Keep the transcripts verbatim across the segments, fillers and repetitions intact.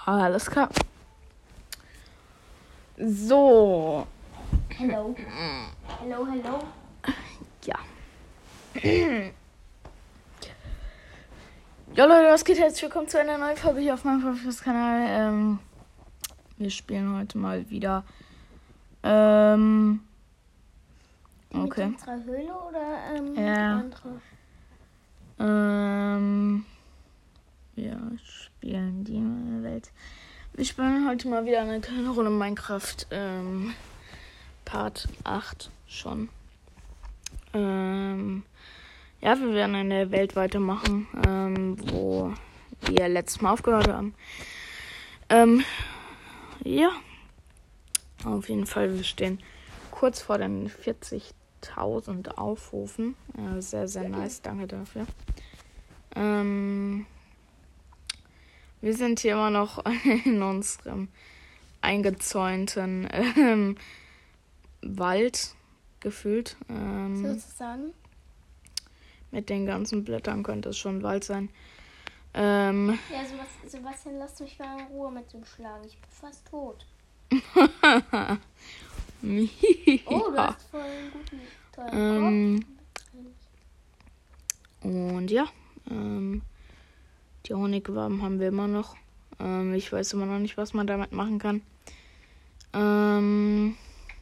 Alles klar. So. Hello. Hello, hello. Ja. Ja Leute, was geht? Herzlich willkommen zu einer neuen Folge hier auf meinem Podcast-Kanal. Ähm, wir spielen heute mal wieder. Ähm, okay. Mit unserer Höhle oder ähm, Ja. andere? Ähm, wir spielen die Welt. Wir spielen heute mal wieder eine kleine Runde Minecraft. Ähm, Part acht schon. Ähm, ja, wir werden in der Welt weitermachen, ähm, wo wir letztes Mal aufgehört haben. Ähm, ja. Auf jeden Fall, wir stehen kurz vor den vierzigtausend Aufrufen. Äh, sehr, sehr nice, danke dafür. Ähm, wir sind hier immer noch in unserem eingezäunten ähm, Wald gefühlt. Ähm, Sozusagen. mit den ganzen Blättern könnte es schon Wald sein. Ähm, Ja, Sebast- Sebastian, lass mich mal in Ruhe mit dem Schlagen. Ich bin fast tot. Oh, du hast voll einen guten, tollen ähm, Kopf. und ja, ähm, die Honigwaben haben wir immer noch. Ähm, ich weiß immer noch nicht, was man damit machen kann. Ähm,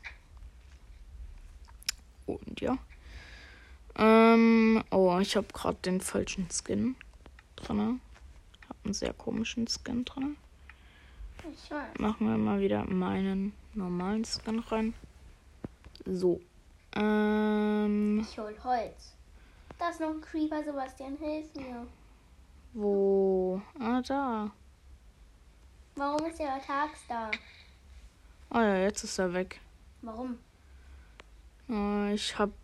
und ja. Ähm, oh, ich habe gerade den falschen Skin drin. Ich habe einen sehr komischen Skin drin. Ich weiß. Machen wir mal wieder meinen normalen Skin rein. So. Ähm, Ich hol Holz. Da ist noch ein Creeper, Sebastian, hilf mir. wo? Ah, da. Warum ist der Tags da? Oh ja, jetzt ist er weg. Warum? Äh, ich hab.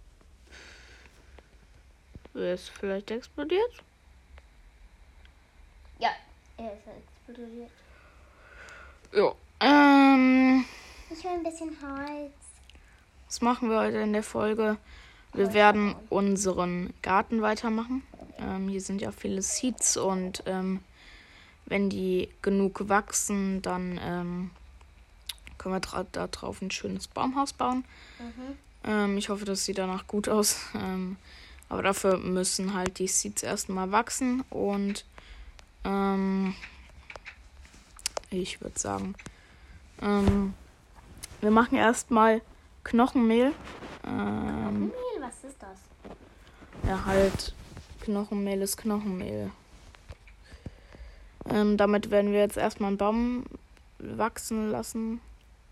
Er ist vielleicht explodiert? Ja, er ist explodiert. Ja. Ähm, Ich will ein bisschen Holz. was machen wir heute in der Folge? Wir Holz werden abbauen. unseren Garten weitermachen. Ähm, hier sind ja viele Seeds und ähm, wenn die genug wachsen, dann ähm, können wir dra- da drauf ein schönes Baumhaus bauen. Mhm. Ähm, ich hoffe, das sieht danach gut aus. Ähm, aber dafür müssen halt die Seeds erstmal wachsen und ähm, ich würde sagen, ähm, wir machen erstmal Knochenmehl. Ähm, Knochenmehl, was ist das? ja, halt Knochenmehl ist Knochenmehl. Ähm, damit werden wir jetzt erstmal einen Baum wachsen lassen.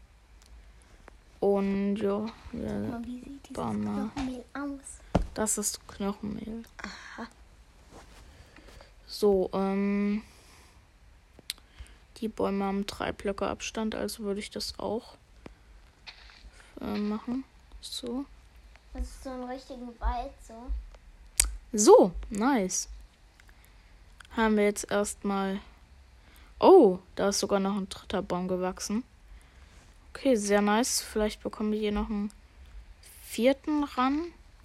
Und ja, wir Aber wie sieht dieses bauen mal. Knochenmehl aus? Das ist Knochenmehl. Aha. So, ähm, die Bäume haben drei Blöcke Abstand, also würde ich das auch äh, machen. So. Das ist so ein richtigen Wald, so. So, nice. Haben wir jetzt erstmal. Oh, da ist sogar noch ein dritter Baum gewachsen. Okay, sehr nice. Vielleicht bekommen wir hier noch einen vierten ran.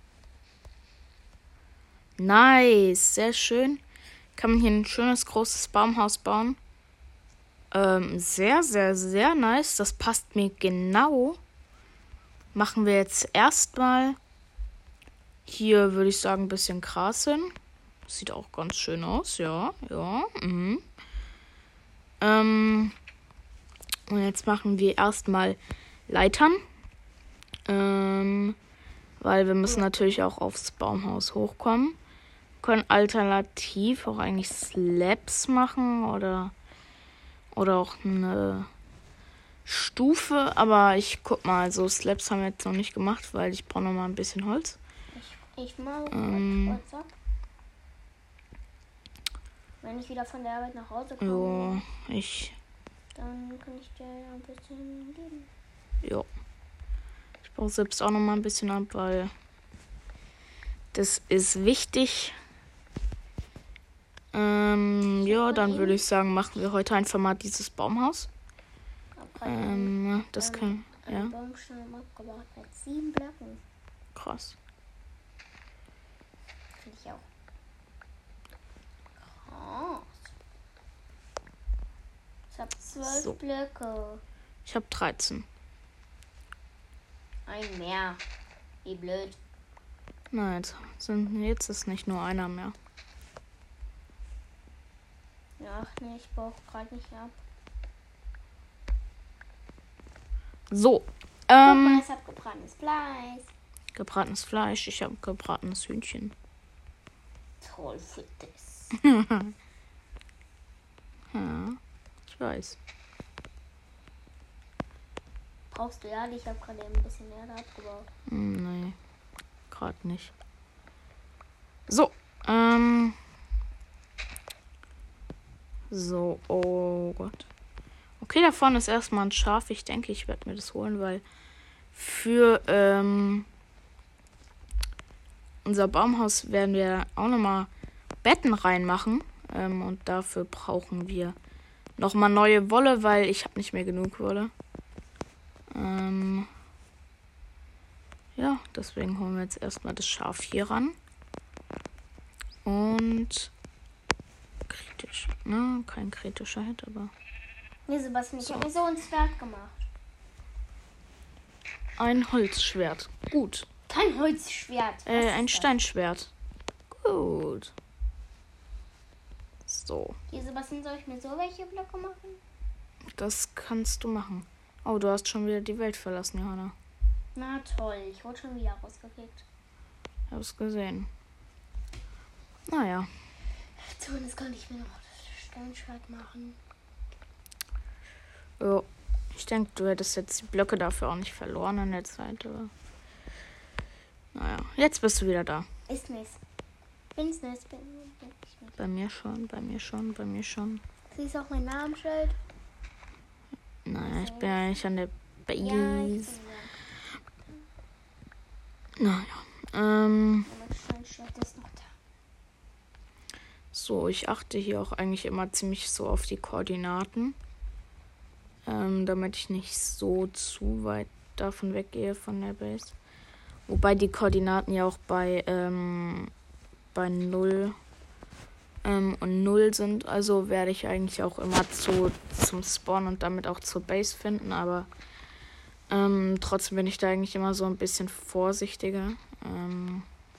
Nice, sehr schön. Kann man hier ein schönes großes Baumhaus bauen. Ähm, sehr, sehr, sehr nice. Das passt mir genau. Machen wir jetzt erstmal hier, würde ich sagen, ein bisschen Gras hin. Sieht auch ganz schön aus, ja, ja. Mhm. Ähm, und jetzt machen wir erstmal Leitern. Ähm, weil wir müssen natürlich auch aufs Baumhaus hochkommen. Können alternativ auch eigentlich Slabs machen oder, oder auch eine Stufe. Aber ich guck mal, so Slabs haben wir jetzt noch nicht gemacht, weil ich brauche noch mal ein bisschen Holz. Ich, ich mal Ähm. Holz ab. Wenn ich wieder von der Arbeit nach Hause komme, Ja, ich. dann kann ich dir ein bisschen geben. Ja. Ich brauche selbst auch noch mal ein bisschen ab, weil das ist wichtig. Ähm, ja, dann würde ich sagen, machen wir heute einfach mal dieses Baumhaus. Ähm, das kann, ja, Ein Baumstamm abgebaut mit sieben Blöcken. krass. Finde ich auch. Krass. Ich habe zwölf So. Blöcke. Ich habe dreizehn. Ein mehr. Wie blöd. Nein, jetzt, sind, jetzt ist nicht nur einer mehr. Ja, ach nee, ich brauche gerade nicht ab. So. Guck mal, Ähm, ich habe gebranntes Fleisch. gebratenes Fleisch. Ich habe gebratenes Hühnchen. Toll für das. Ja, ich weiß. Brauchst du ja, ich habe gerade ein bisschen Erde abgebaut. Hm, nee, gerade nicht. So, ähm. So, oh Gott. Okay, da vorne ist erstmal ein Schaf. Ich denke, ich werde mir das holen, weil für ähm, unser Baumhaus werden wir auch nochmal Betten reinmachen. Ähm, und dafür brauchen wir nochmal neue Wolle, weil ich habe nicht mehr genug Wolle. Ähm, ja, deswegen holen wir jetzt erstmal das Schaf hier ran. Und kritisch, ne? Kein kritischer Hit, aber Nee, Sebastian, ich So. habe mir so ein Schwert gemacht. ein Holzschwert. Gut. Kein Holzschwert. Was Äh, ist ein das? Steinschwert. Gut. So, Hier, Sebastian, soll ich mir so welche Blöcke machen? das kannst du machen. Oh, du hast schon wieder die Welt verlassen, Johanna. Na toll, ich wurde schon wieder rausgekriegt. Ich habe es gesehen. Naja. Zumindest kann ich mir noch das Steinschwert machen. Jo. Ich denke, du hättest jetzt die Blöcke dafür auch nicht verloren in der Zeit. Aber naja, jetzt bist du wieder da. Ist nichts. Bin's nicht, bin, bin ich nicht. Bei mir schon, bei mir schon, bei mir schon. Siehst du auch mein Namensschild? Naja, ich bin ja nicht an der Ja, ich Base. bin Naja. Ähm, da. Mein Steinschwert ist noch da. so, ich achte hier auch eigentlich immer ziemlich so auf die Koordinaten. Ähm, damit ich nicht so zu weit davon weggehe von der Base. Wobei die Koordinaten ja auch bei, ähm, bei null ähm, und null sind. Also werde ich eigentlich auch immer zu, zum Spawn und damit auch zur Base finden. Aber ähm, trotzdem bin ich da eigentlich immer so ein bisschen vorsichtiger. Ähm,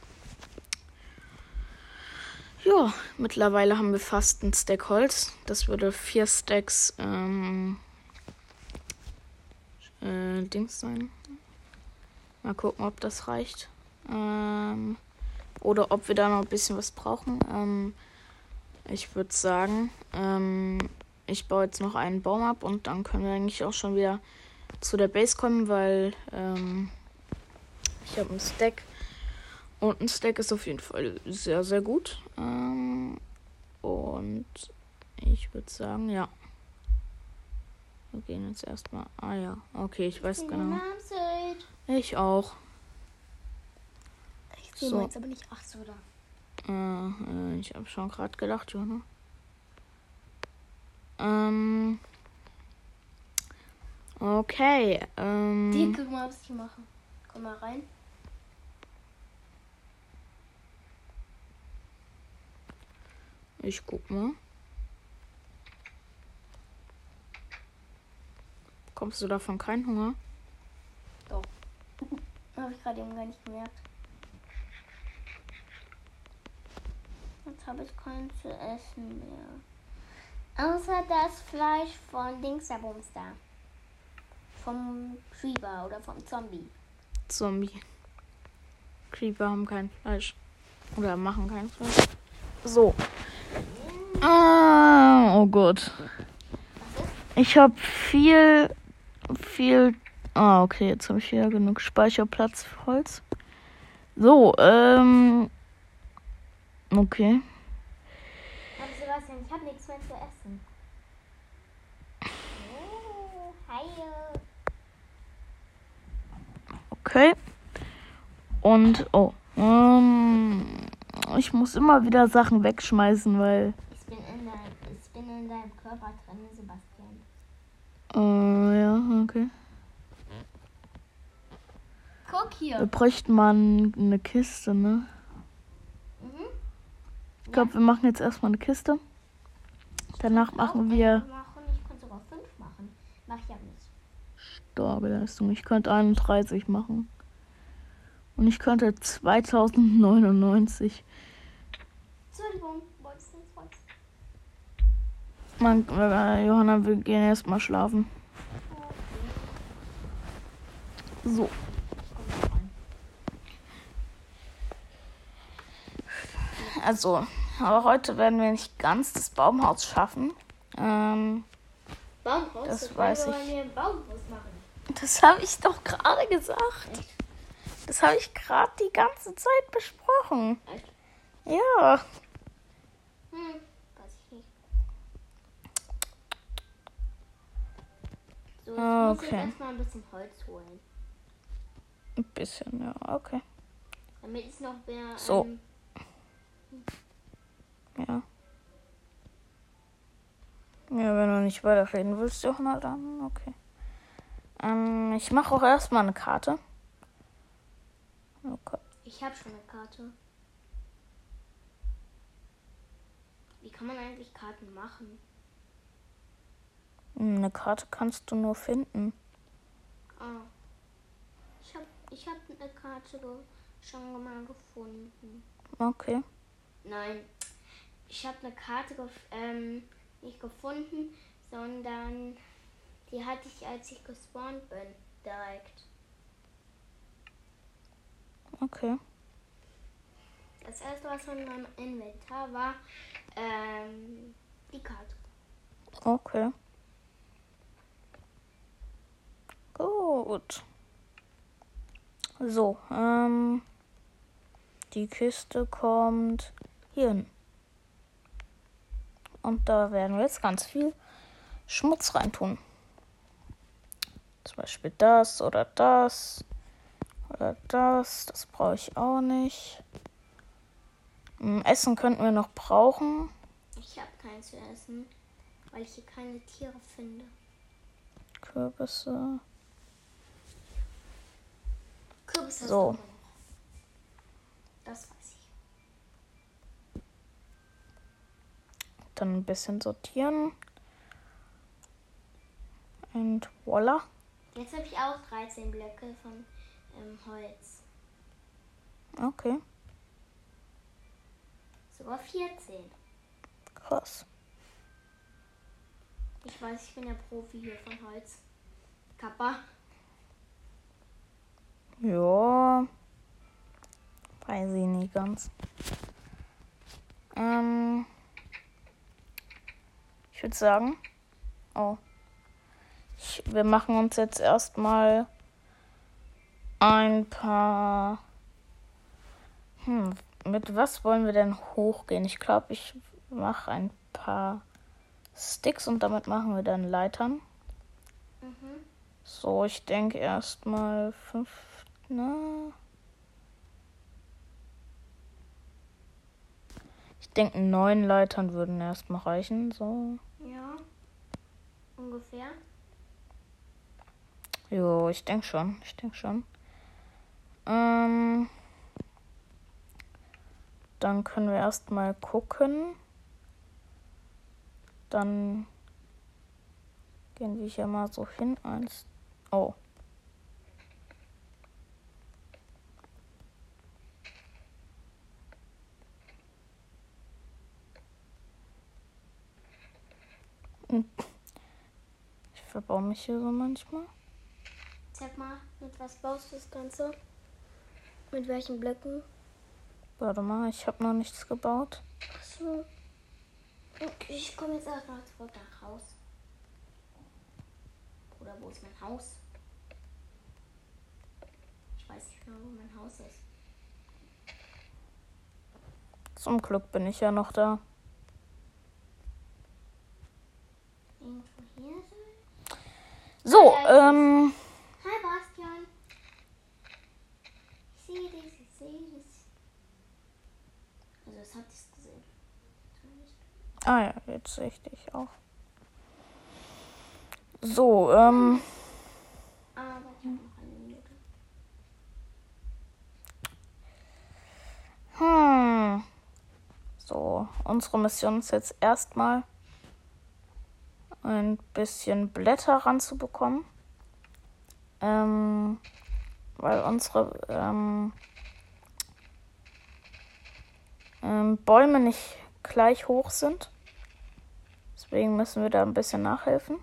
ja, mittlerweile haben wir fast ein Stack Holz. Das würde vier Stacks ähm, äh, Dings sein. Mal gucken, ob das reicht. Ähm, oder ob wir da noch ein bisschen was brauchen. Ähm, ich würde sagen, ähm, ich baue jetzt noch einen Baum ab und dann können wir eigentlich auch schon wieder zu der Base kommen, weil ähm, ich habe einen Stack. Und ein Stack ist auf jeden Fall sehr, sehr gut. Ähm, und ich würde sagen, ja. Wir gehen jetzt erstmal. Ah ja, okay, ich weiß Ich genau. Namensschild. Ich auch. Ich sehe So. meins aber nicht. Ach so, da. Äh, äh, ich habe schon gerade gedacht, Johanna. Ähm. Okay. Ähm. Die, guck mal, was ich mache. Komm mal rein. Ich guck mal. Bekommst du davon keinen Hunger? Doch. Habe ich gerade eben gar nicht gemerkt. Jetzt habe ich keinen zu essen mehr. Außer das Fleisch von Dingsabums da. Vom Creeper oder vom Zombie. Zombie. Creeper haben kein Fleisch. Oder machen kein Fleisch. So. Ah, oh Gott. Ich habe viel, viel. Ah, okay, jetzt habe ich wieder genug Speicherplatz für Holz. So, ähm. Okay. Aber Sebastian, ich habe nichts mehr zu essen. Oh, hi. Okay. Und, oh. Ähm, ich muss immer wieder Sachen wegschmeißen, weil. Ich bin in, dein, ich bin in deinem Körper drin, Sebastian. Äh, ja, okay. Guck hier. Wir bräuchten mal eine Kiste, ne? Mhm. Ich glaube, wir machen jetzt erstmal eine Kiste. Danach machen wir. Machen. Ich kann sogar Dauerbelastung. Ich könnte einunddreißig machen. Und ich könnte zweitausendneunundneunzig. Entschuldigung, wolltest du nicht was? Man, äh, Johanna, wir gehen erstmal schlafen. So. Also, aber heute werden wir nicht ganz das Baumhaus schaffen. Ähm, Baumhaus? Das Das weiß wollen ich. wir ein Baumhaus machen. Das habe ich doch gerade gesagt. Echt? Das habe ich gerade die ganze Zeit besprochen. Echt? Ja. Hm, weiß ich nicht. So, jetzt muss ich Okay. erstmal ein bisschen Holz holen. Ein bisschen, ja, okay. Damit es noch mehr. So. Ähm, Ja. Ja, wenn du nicht weiterreden willst, Johanna, dann okay. Ähm, ich mache auch erstmal eine Karte. Okay. ich habe schon eine Karte. Wie kann man eigentlich Karten machen? Eine Karte kannst du nur finden. Ah. Ich habe ich hab eine Karte ge- schon mal gefunden. Okay. Nein, ich habe eine Karte gef- ähm, nicht gefunden, sondern die hatte ich, als ich gespawnt bin, direkt. Okay. Das erste, was in meinem Inventar war, ähm, die Karte. Okay. Gut. So, ähm, die Kiste kommt hier hin. Und da werden wir jetzt ganz viel Schmutz reintun. Zum Beispiel das oder das oder das. Das brauche ich auch nicht. Hm, Essen könnten wir noch brauchen. Ich habe keins zu essen, weil ich hier keine Tiere finde. Kürbisse. Kürbis hast So. du immer noch. Das weiß ich. Dann ein bisschen sortieren. Und voila. Jetzt habe ich auch dreizehn Blöcke von ähm, Holz. Okay, Sogar vierzehn. krass. Ich weiß, ich bin der Profi hier von Holz. Kappa. Ja. Weiß ich nicht ganz. Ähm. Ich würde sagen. Oh. Ich, wir machen uns jetzt erstmal ein paar. Hm, mit was wollen wir denn hochgehen? Ich glaube, ich mache ein paar Sticks und damit machen wir dann Leitern. Mhm. So, ich denke erstmal fünf. Na. Ich denke, neun Leitern würden erstmal reichen. So. Ja. Ungefähr. Jo, ich denke schon. Ich denke schon. Ähm. Dann können wir erstmal gucken. Dann gehen wir hier mal so hin. Eins. Oh. Ich verbaue mich hier so manchmal. Sag mal, mit was baust du das Ganze? Mit welchen Blöcken? Warte mal, ich habe noch nichts gebaut. Achso. Okay, ich komme jetzt erstmal zurück nach Haus. Oder wo ist mein Haus? Ich weiß nicht genau, wo mein Haus ist. Zum Glück bin ich ja noch da. Irgendwo hier sein? So, Hi, ähm. Hi Bastian. Ich sehe dich, ich sehe dich. Also das hat ich gesehen. Ah ja, jetzt sehe ich dich auch. So, ähm. Aber ich habe noch eine Minute. Hm. So, unsere Mission ist jetzt erstmal ein bisschen Blätter ranzubekommen. Ähm, weil unsere ähm, ähm, Bäume nicht gleich hoch sind. Deswegen müssen wir da ein bisschen nachhelfen.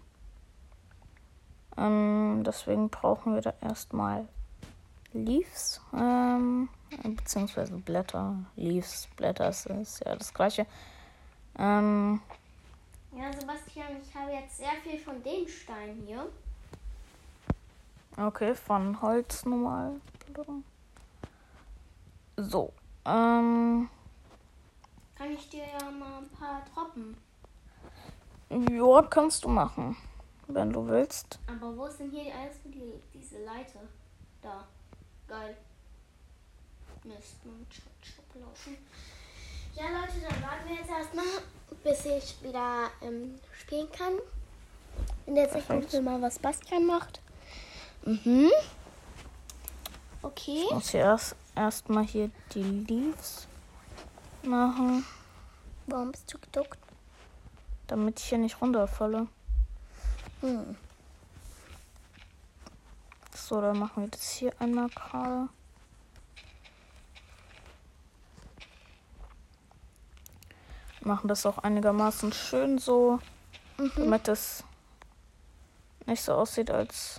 Ähm, deswegen brauchen wir da erstmal Leaves, ähm, beziehungsweise Blätter. Leaves, Blätter ist, ist ja das gleiche. Ähm, Ja, Sebastian, ich habe jetzt sehr viel von dem Stein hier. okay, von Holz normal. So, ähm, Kann ich dir ja mal ein paar droppen. ja, kannst du machen, wenn du willst. Aber wo ist denn hier alles für die, diese Leiter? Da. Geil. Mist, mein Schritt laufen. Ja, Leute, dann warten wir jetzt erstmal, bis ich wieder ähm, spielen kann. In der Zeit gucken wir mal, was Bastian macht. Mhm. Okay. Ich muss hier erst erstmal hier die Leaves machen, Warum bist du geduckt? damit ich hier nicht runterfalle. Hm. So, dann machen wir das hier einmal gerade. Machen das auch einigermaßen schön so, Mhm. damit es nicht so aussieht, als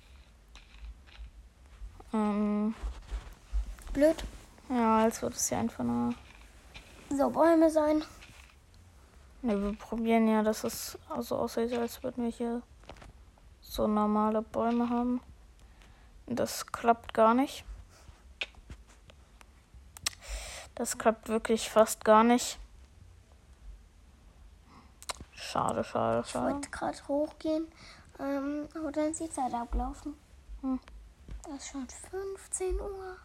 ähm, Blöd. ja, als würde es hier einfach nur. So, Bäume sein. Ne, wir probieren ja, dass es so aussieht, als würden wir hier so normale Bäume haben. Das klappt gar nicht. Das klappt wirklich fast gar nicht. Schade, schade, Ich schade. wollte gerade hochgehen, ähm, aber dann ist die Zeit ablaufen. Hm. Es ist schon fünfzehn Uhr.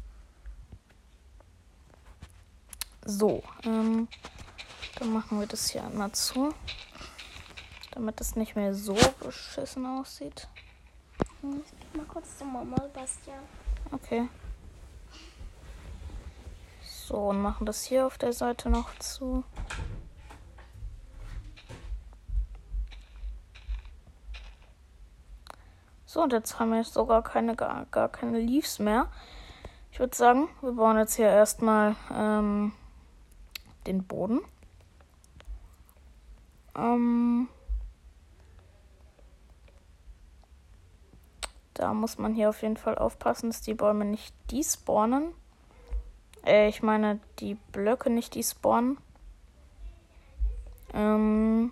So, ähm, dann machen wir das hier einmal zu, damit es nicht mehr so beschissen aussieht. Hm, Ich geh mal kurz zu Mama, Bastian. Okay. So, und machen das hier auf der Seite noch zu. So, und jetzt haben wir sogar keine, gar, gar keine Leaves mehr. Ich würde sagen, wir bauen jetzt hier erstmal ähm, den Boden. Ähm, da muss man hier auf jeden Fall aufpassen, dass die Bäume nicht despawnen. Äh, ich meine, die Blöcke nicht despawnen. Ähm,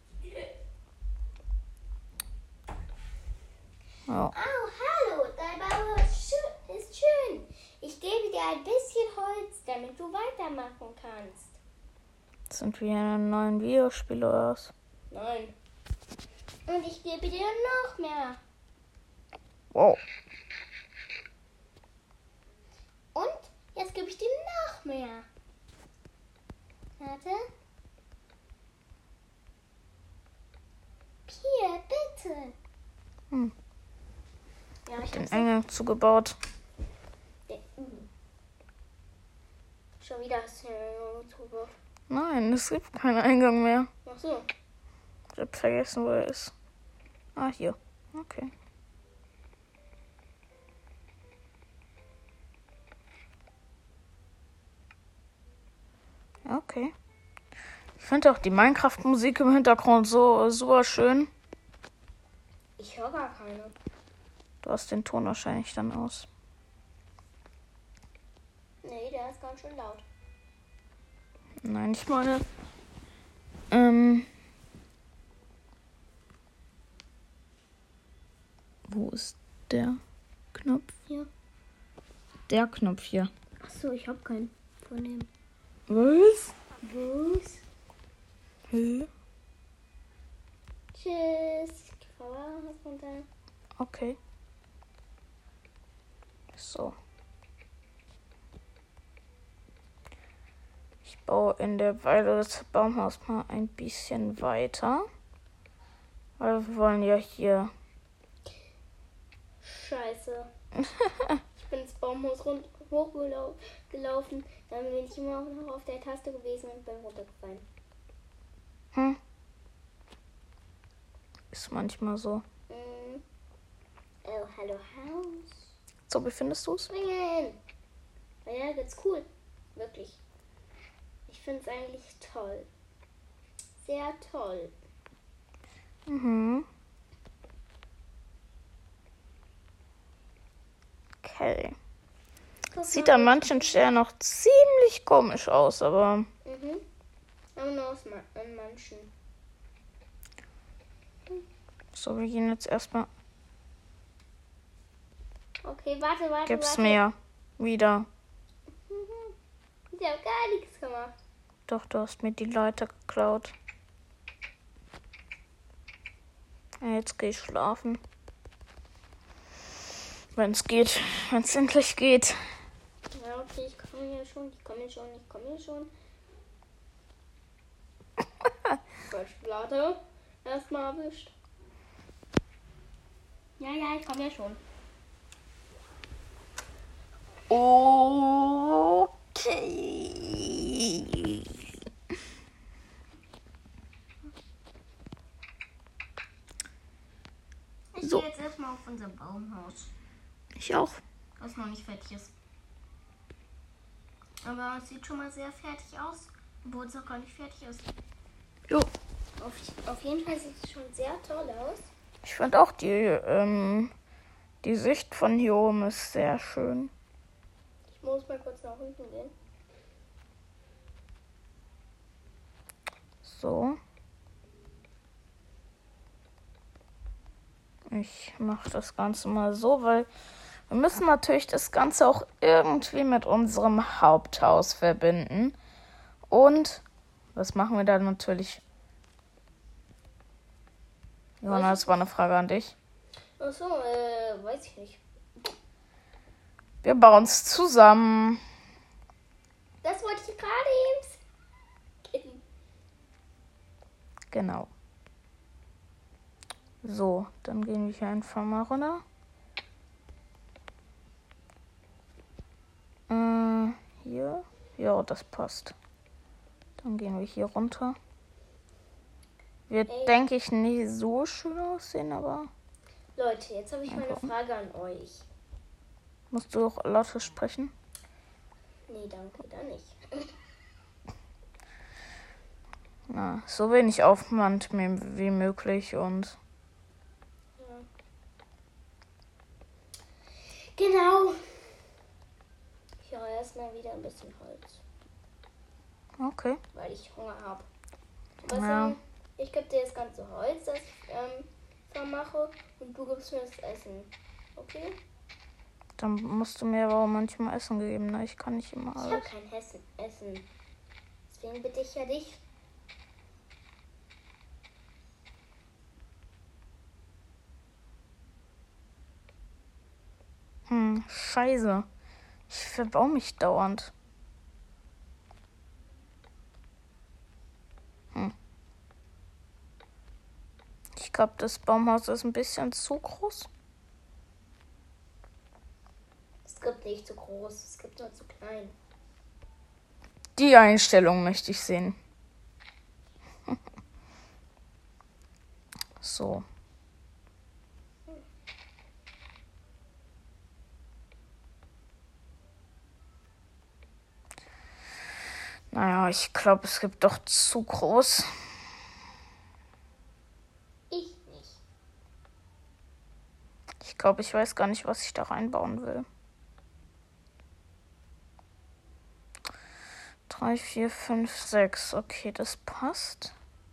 ja. Oh, hallo, dein Baum ist schön, ist schön. Ich gebe dir ein bisschen Holz, damit du weitermachen kannst. Sind wir in einem neuen Videospiel oder was? Nein. Und ich gebe dir noch mehr. Wow. Und jetzt gebe ich dir noch mehr. Warte. Hier, bitte. Hm. Ja, ich Den hab's Eingang zugebaut. Schon wieder hast du einen zugebaut. Nein, es gibt keinen Eingang mehr. Ach so. Ich hab vergessen, wo er ist. Ah, hier. Okay. Okay. Ich finde auch die Minecraft-Musik im Hintergrund so super schön. Ich höre gar keine. Du hast den Ton wahrscheinlich dann aus. Nee, der ist ganz schön laut. Nein, ich meine. Ähm. Wo ist der Knopf hier? Der Knopf hier. Ach so, ich habe keinen von dem. Was? Was? Hä? Tschüss. Ich geh vorbei, was runter. Okay. So. Ich baue in der Weile das Baumhaus mal ein bisschen weiter. Weil wir wollen ja hier. Scheiße. Ich bin ins Baumhaus rund hochgelaufen. Dann bin ich immer noch auf der Taste gewesen und bin runtergefallen. Hm. Ist manchmal so. Mm. Oh, hallo Haus. So, wie findest du es? Springen. Ja, ganz cool. Wirklich. Ich finde es eigentlich toll. Sehr toll. Mhm. Okay. Guck Sieht mal, an manchen Stellen noch ziemlich komisch aus, aber Mhm. Aber nur aus ma an manchen. so, wir gehen jetzt erstmal. Okay, warte, warte, Gib's warte. mir wieder. Mhm. Ich habe gar nichts gemacht. Doch, du hast mir die Leiter geklaut. Ja, jetzt gehe ich schlafen. Wenn es geht. Wenn es endlich geht. Ja, okay, ich komme hier schon, ich komme hier schon, ich komme hier schon. Falsche Platte. Erstmal erwischt. Ja, ja, ich komme ja schon. Okay. Ich So. gehe jetzt erstmal auf unser Baumhaus, Ich auch. was noch nicht fertig ist. Aber es sieht schon mal sehr fertig aus, obwohl es noch gar nicht fertig ist. Jo. Auf, auf jeden Fall sieht es schon sehr toll aus. Ich finde auch die, ähm, die Sicht von hier oben ist sehr schön. Ich muss mal kurz nach unten gehen. So. Ich mache das Ganze mal so, weil wir müssen natürlich das Ganze auch irgendwie mit unserem Haupthaus verbinden. Und was machen wir da natürlich? Johanna, das war eine Frage an dich. Ach so, äh, weiß ich nicht. Wir bauen es zusammen. Das wollte ich gerade eben. Genau. So, dann gehen wir hier einfach mal runter. Äh, hier. Ja, das passt. Dann gehen wir hier runter. Wird, Ey. denke ich, nicht so schön aussehen, aber Leute, jetzt habe ich mal eine Einfach. Frage an euch. musst du auch lauter sprechen? Nee, danke, da nicht. Na, so wenig Aufwand wie wie möglich und Ja. Genau. Ich hole erstmal wieder ein bisschen Holz, okay. weil ich Hunger habe. Was Ja. denn? Ich gebe dir das ganze Holz, das ich ähm, vermache, und du gibst mir das Essen. Okay? Dann musst du mir aber auch manchmal Essen geben, ne? Ich kann nicht immer Ich habe alles. kein Essen. Essen. Deswegen bitte ich ja dich. Hm, scheiße. Ich verbau mich dauernd. Hm. Ich glaube, das Baumhaus ist ein bisschen zu groß. Es gibt nicht zu groß, es gibt nur zu klein. Die Einstellung möchte ich sehen. So. Naja, ich glaube, es gibt doch zu groß. Ich nicht. Ich glaube, ich weiß gar nicht, was ich da reinbauen will. Drei, vier, fünf, sechs. Okay, das passt.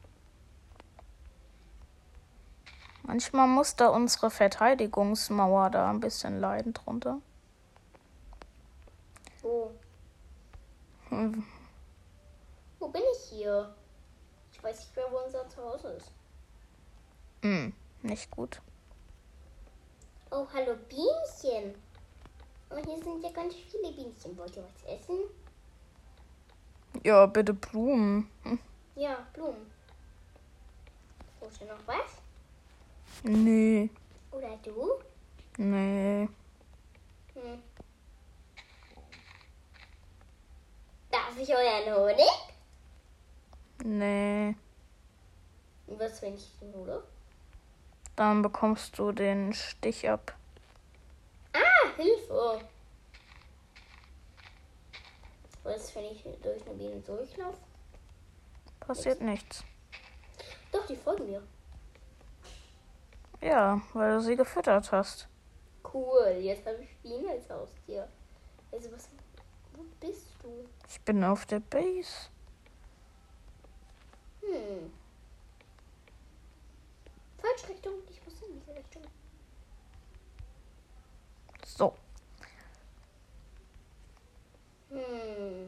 Manchmal muss da unsere Verteidigungsmauer da ein bisschen leiden drunter. Wo? Hm. Wo bin ich hier? Ich weiß nicht mehr, wo unser Zuhause ist. Hm, nicht gut. Oh, hallo Bienchen. Und hier sind ja ganz viele Bienchen. Wollt ihr was essen? Ja, bitte Blumen. Hm. Ja, Blumen. Wollt ihr noch was? Nee, Oder du? nee. Hm. Darf ich euren Honig? Nee. Und was, wenn ich den hole? Dann bekommst du den Stich ab. Hilfe! Was ist, wenn ich durch eine Biene durchlaufe? Passiert nichts. Doch, die folgen mir. Ja, weil du sie gefüttert hast. Cool, jetzt habe ich Bienen als Haustier. Also was, wo bist du? Ich bin auf der Base. Hm. Falsche Richtung, ich muss in diese Richtung. So. Hm.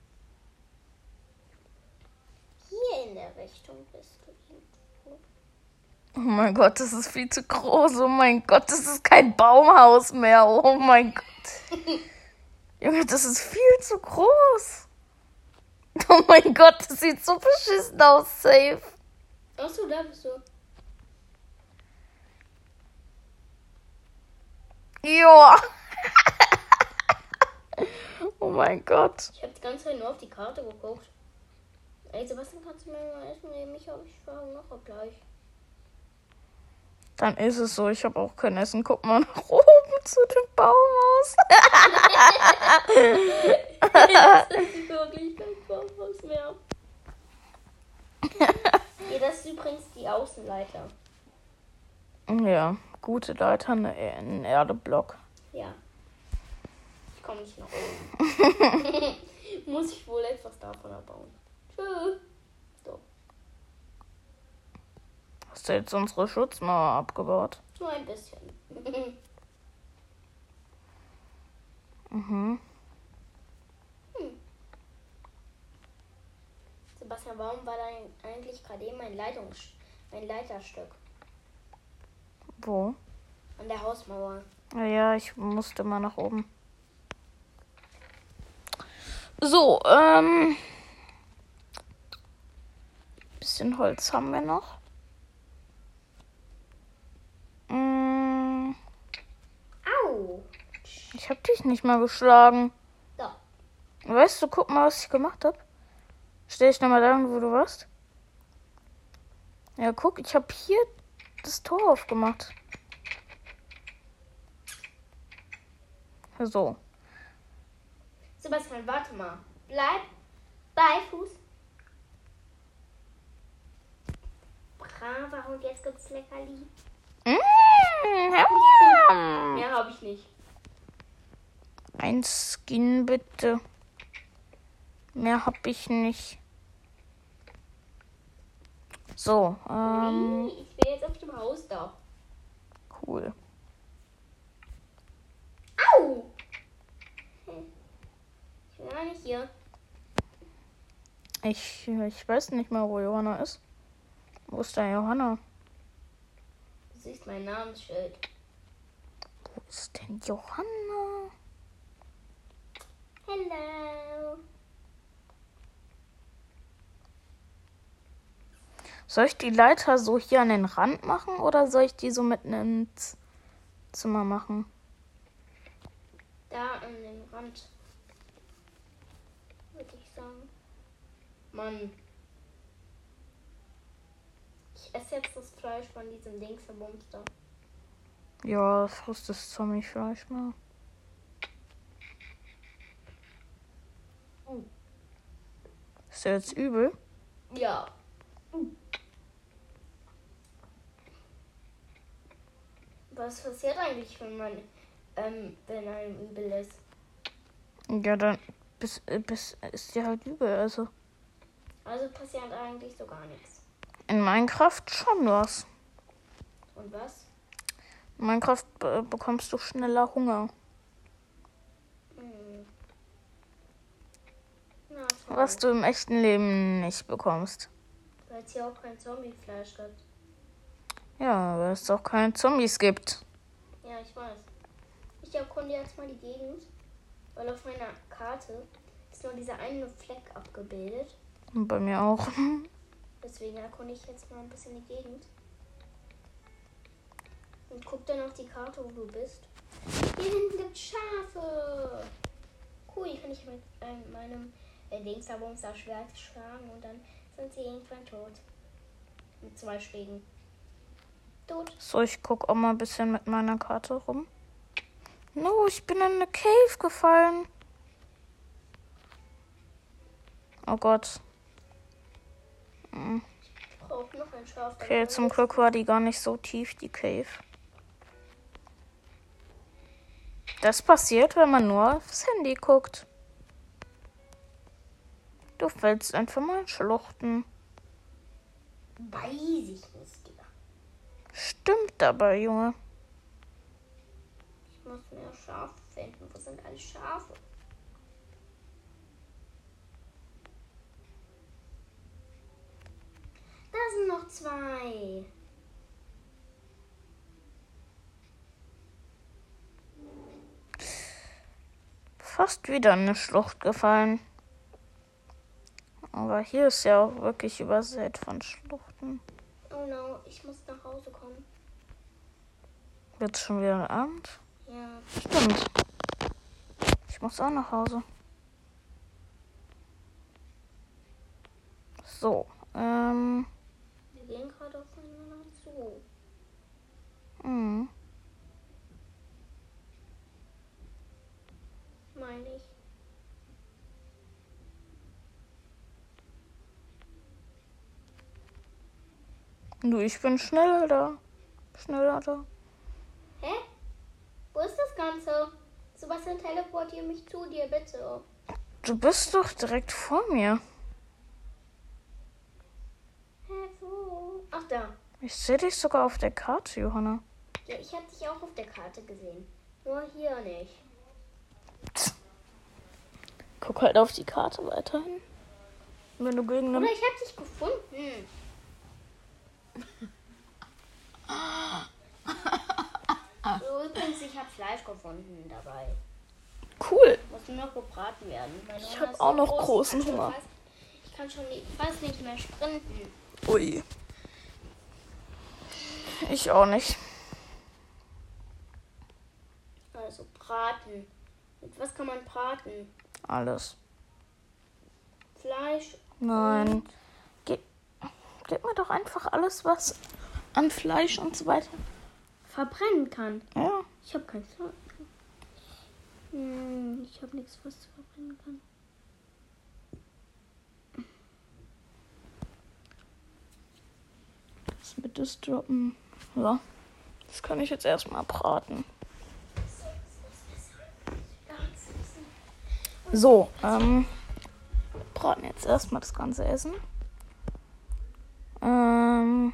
Hier in der Richtung bist du irgendwo. Oh mein Gott, das ist viel zu groß. Oh mein Gott, das ist kein Baumhaus mehr. Oh mein Gott. Junge, das ist viel zu groß. Oh mein Gott, das sieht so beschissen aus, safe. Achso, da bist du. Joa. Oh mein Gott. Ich habe die ganze Zeit nur auf die Karte geguckt. Ey, Sebastian, kannst du mir mal essen nehmen? Ich habe ich noch gleich. Dann ist es so, ich habe auch kein Essen. Guck mal nach oben zu dem Baumhaus. Das ist wirklich kein Baumhaus mehr. Ja, das ist übrigens die Außenleiter. Ja, gute Leiter, ein Erdeblock. Ja. Ich komme nicht nach oben. Muss ich wohl etwas davon abbauen. Tschüss. So. Hast du jetzt unsere Schutzmauer abgebaut? Nur ein bisschen. Mhm. Hm. Sebastian, warum war da eigentlich gerade eben ein, Leitungs ein Leiterstück Wo? an der Hausmauer? Ja, ja, ich musste mal nach oben. So, ähm. Bisschen Holz haben wir noch. Mm, Au! ich hab dich nicht mal geschlagen. Da. Weißt du, guck mal, was ich gemacht habe. Stell dich nochmal da, wo du warst. Ja, guck, ich habe hier das Tor aufgemacht. So. Sebastian, warte mal. Bleib bei Fuß. Brava, und jetzt gibt's Leckerli. Mmh, ja. Mehr habe ich nicht. Ein Skin bitte. Mehr hab ich nicht. So, ähm, Nee, ich bin jetzt auf dem Hausdach. cool. Au! Ich bin gar nicht hier. Ich, ich weiß nicht mal, wo Johanna ist. Wo ist denn Johanna? Du siehst mein Namensschild. Wo ist denn Johanna? Hello. Soll ich die Leiter so hier an den Rand machen oder soll ich die so mitten ins Zimmer machen? Da an dem Rand. Würde ich sagen. Mann. Ich esse jetzt das Fleisch von diesem Dingsabumster. Ja, frisst das Zombie-Fleisch mal. Oh. Ist der jetzt übel? Ja. Was passiert eigentlich, wenn man, ähm, wenn einem übel ist? Ja, dann bis, äh, bis ist dir halt übel. Also Also passiert eigentlich so gar nichts. in Minecraft schon was. Und was? In Minecraft be bekommst du schneller Hunger. Hm. Na, toll. Was du im echten Leben nicht bekommst. Weil es hier auch kein Zombiefleisch gibt. Ja, weil es auch keine Zombies gibt. Ja, ich weiß. Ich erkunde jetzt mal die Gegend, weil auf meiner Karte ist nur dieser eine Fleck abgebildet. Und bei mir auch. Deswegen erkunde ich jetzt mal ein bisschen die Gegend. Und guck dann auf die Karte, wo du bist. Hier hinten gibt es Schafe. Cool, die kann ich mit äh, meinem äh, Dingsabumster Schwert schlagen und dann sind sie irgendwann tot. Mit zwei Schlägen. Tot. So, ich guck auch mal ein bisschen mit meiner Karte rum. No, ich bin in eine Cave gefallen. Oh Gott. Hm. Ich brauche noch ein Schaf. Okay, zum Glück war die gar nicht so tief, die Cave. Das passiert, wenn man nur aufs Handy guckt. Du fällst einfach mal in Schluchten. Weiß ich nicht, Digga. Stimmt dabei, Junge. Ich muss mehr Schafe finden. Wo sind alle Schafe? Da sind noch zwei. Fast wieder in eine Schlucht gefallen. Aber hier ist ja auch wirklich übersät von Schluchten. Oh no, ich muss nach Hause kommen. Wird schon wieder Abend? Ja. Stimmt. Ich muss auch nach Hause. So, ähm. Wir gehen gerade aufeinander zu. Mh. Meine ich. Du, ich bin schneller da. Schneller da. Hä? Wo ist das Ganze? Sebastian, teleportiere mich zu dir, bitte. Du bist doch direkt vor mir. Hä, wo? Ach, da. Ich sehe dich sogar auf der Karte, Johanna. Ja, ich habe dich auch auf der Karte gesehen. Nur hier nicht. Guck halt auf die Karte weiterhin. Wenn du gegen Oder einen... ich habe dich gefunden. So, übrigens, ich habe Fleisch gefunden dabei. Cool. Muss nur noch gebraten werden. Mein Ich Hunger hab ist auch so noch groß, großen ich kann schon Hunger. Fast, ich kann schon nicht, fast nicht mehr sprinten. Ui. Ich auch nicht. Also braten. Mit was kann man braten? Alles. Fleisch. Nein. Ge Gib mir doch einfach alles, was an Fleisch und so weiter. Verbrennen kann. Ja. Ich habe kein Fleisch. Hm, ich habe nichts, was verbrennen kann. Das mit das droppen. Ja. Das kann ich jetzt erstmal braten. So, ähm. wir braten jetzt erstmal das ganze Essen. Ähm.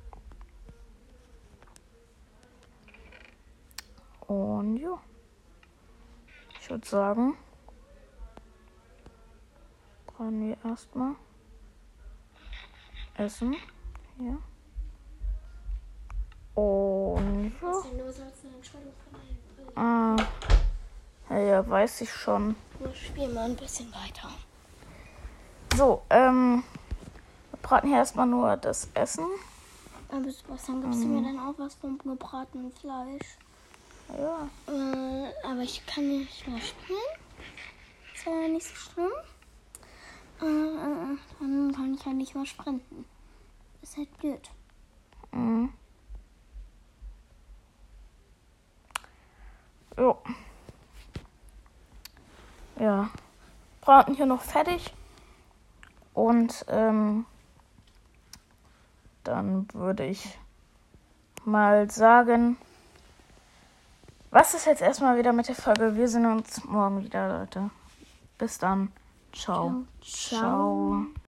Und ja. Ich würde sagen, braten wir erstmal Essen. Hier. Und ja. Ah. Ja, ja, weiß ich schon. Wir spielen mal ein bisschen weiter. So, ähm. wir braten hier erstmal nur das Essen. Aber Sebastian, gibst du mir dann auch was vom gebratenen Fleisch? Ja. Äh, aber ich kann nicht mehr spielen. Ist ja nicht so schlimm. Äh, dann kann ich ja nicht mehr sprinten. Ist halt blöd. Mhm. Jo. Ja. Braten hier noch fertig. Und ähm, dann würde ich mal sagen, was ist jetzt erstmal wieder mit der Folge? Wir sehen uns morgen wieder, Leute. Bis dann. Ciao. Ciao. Ciao. Ciao.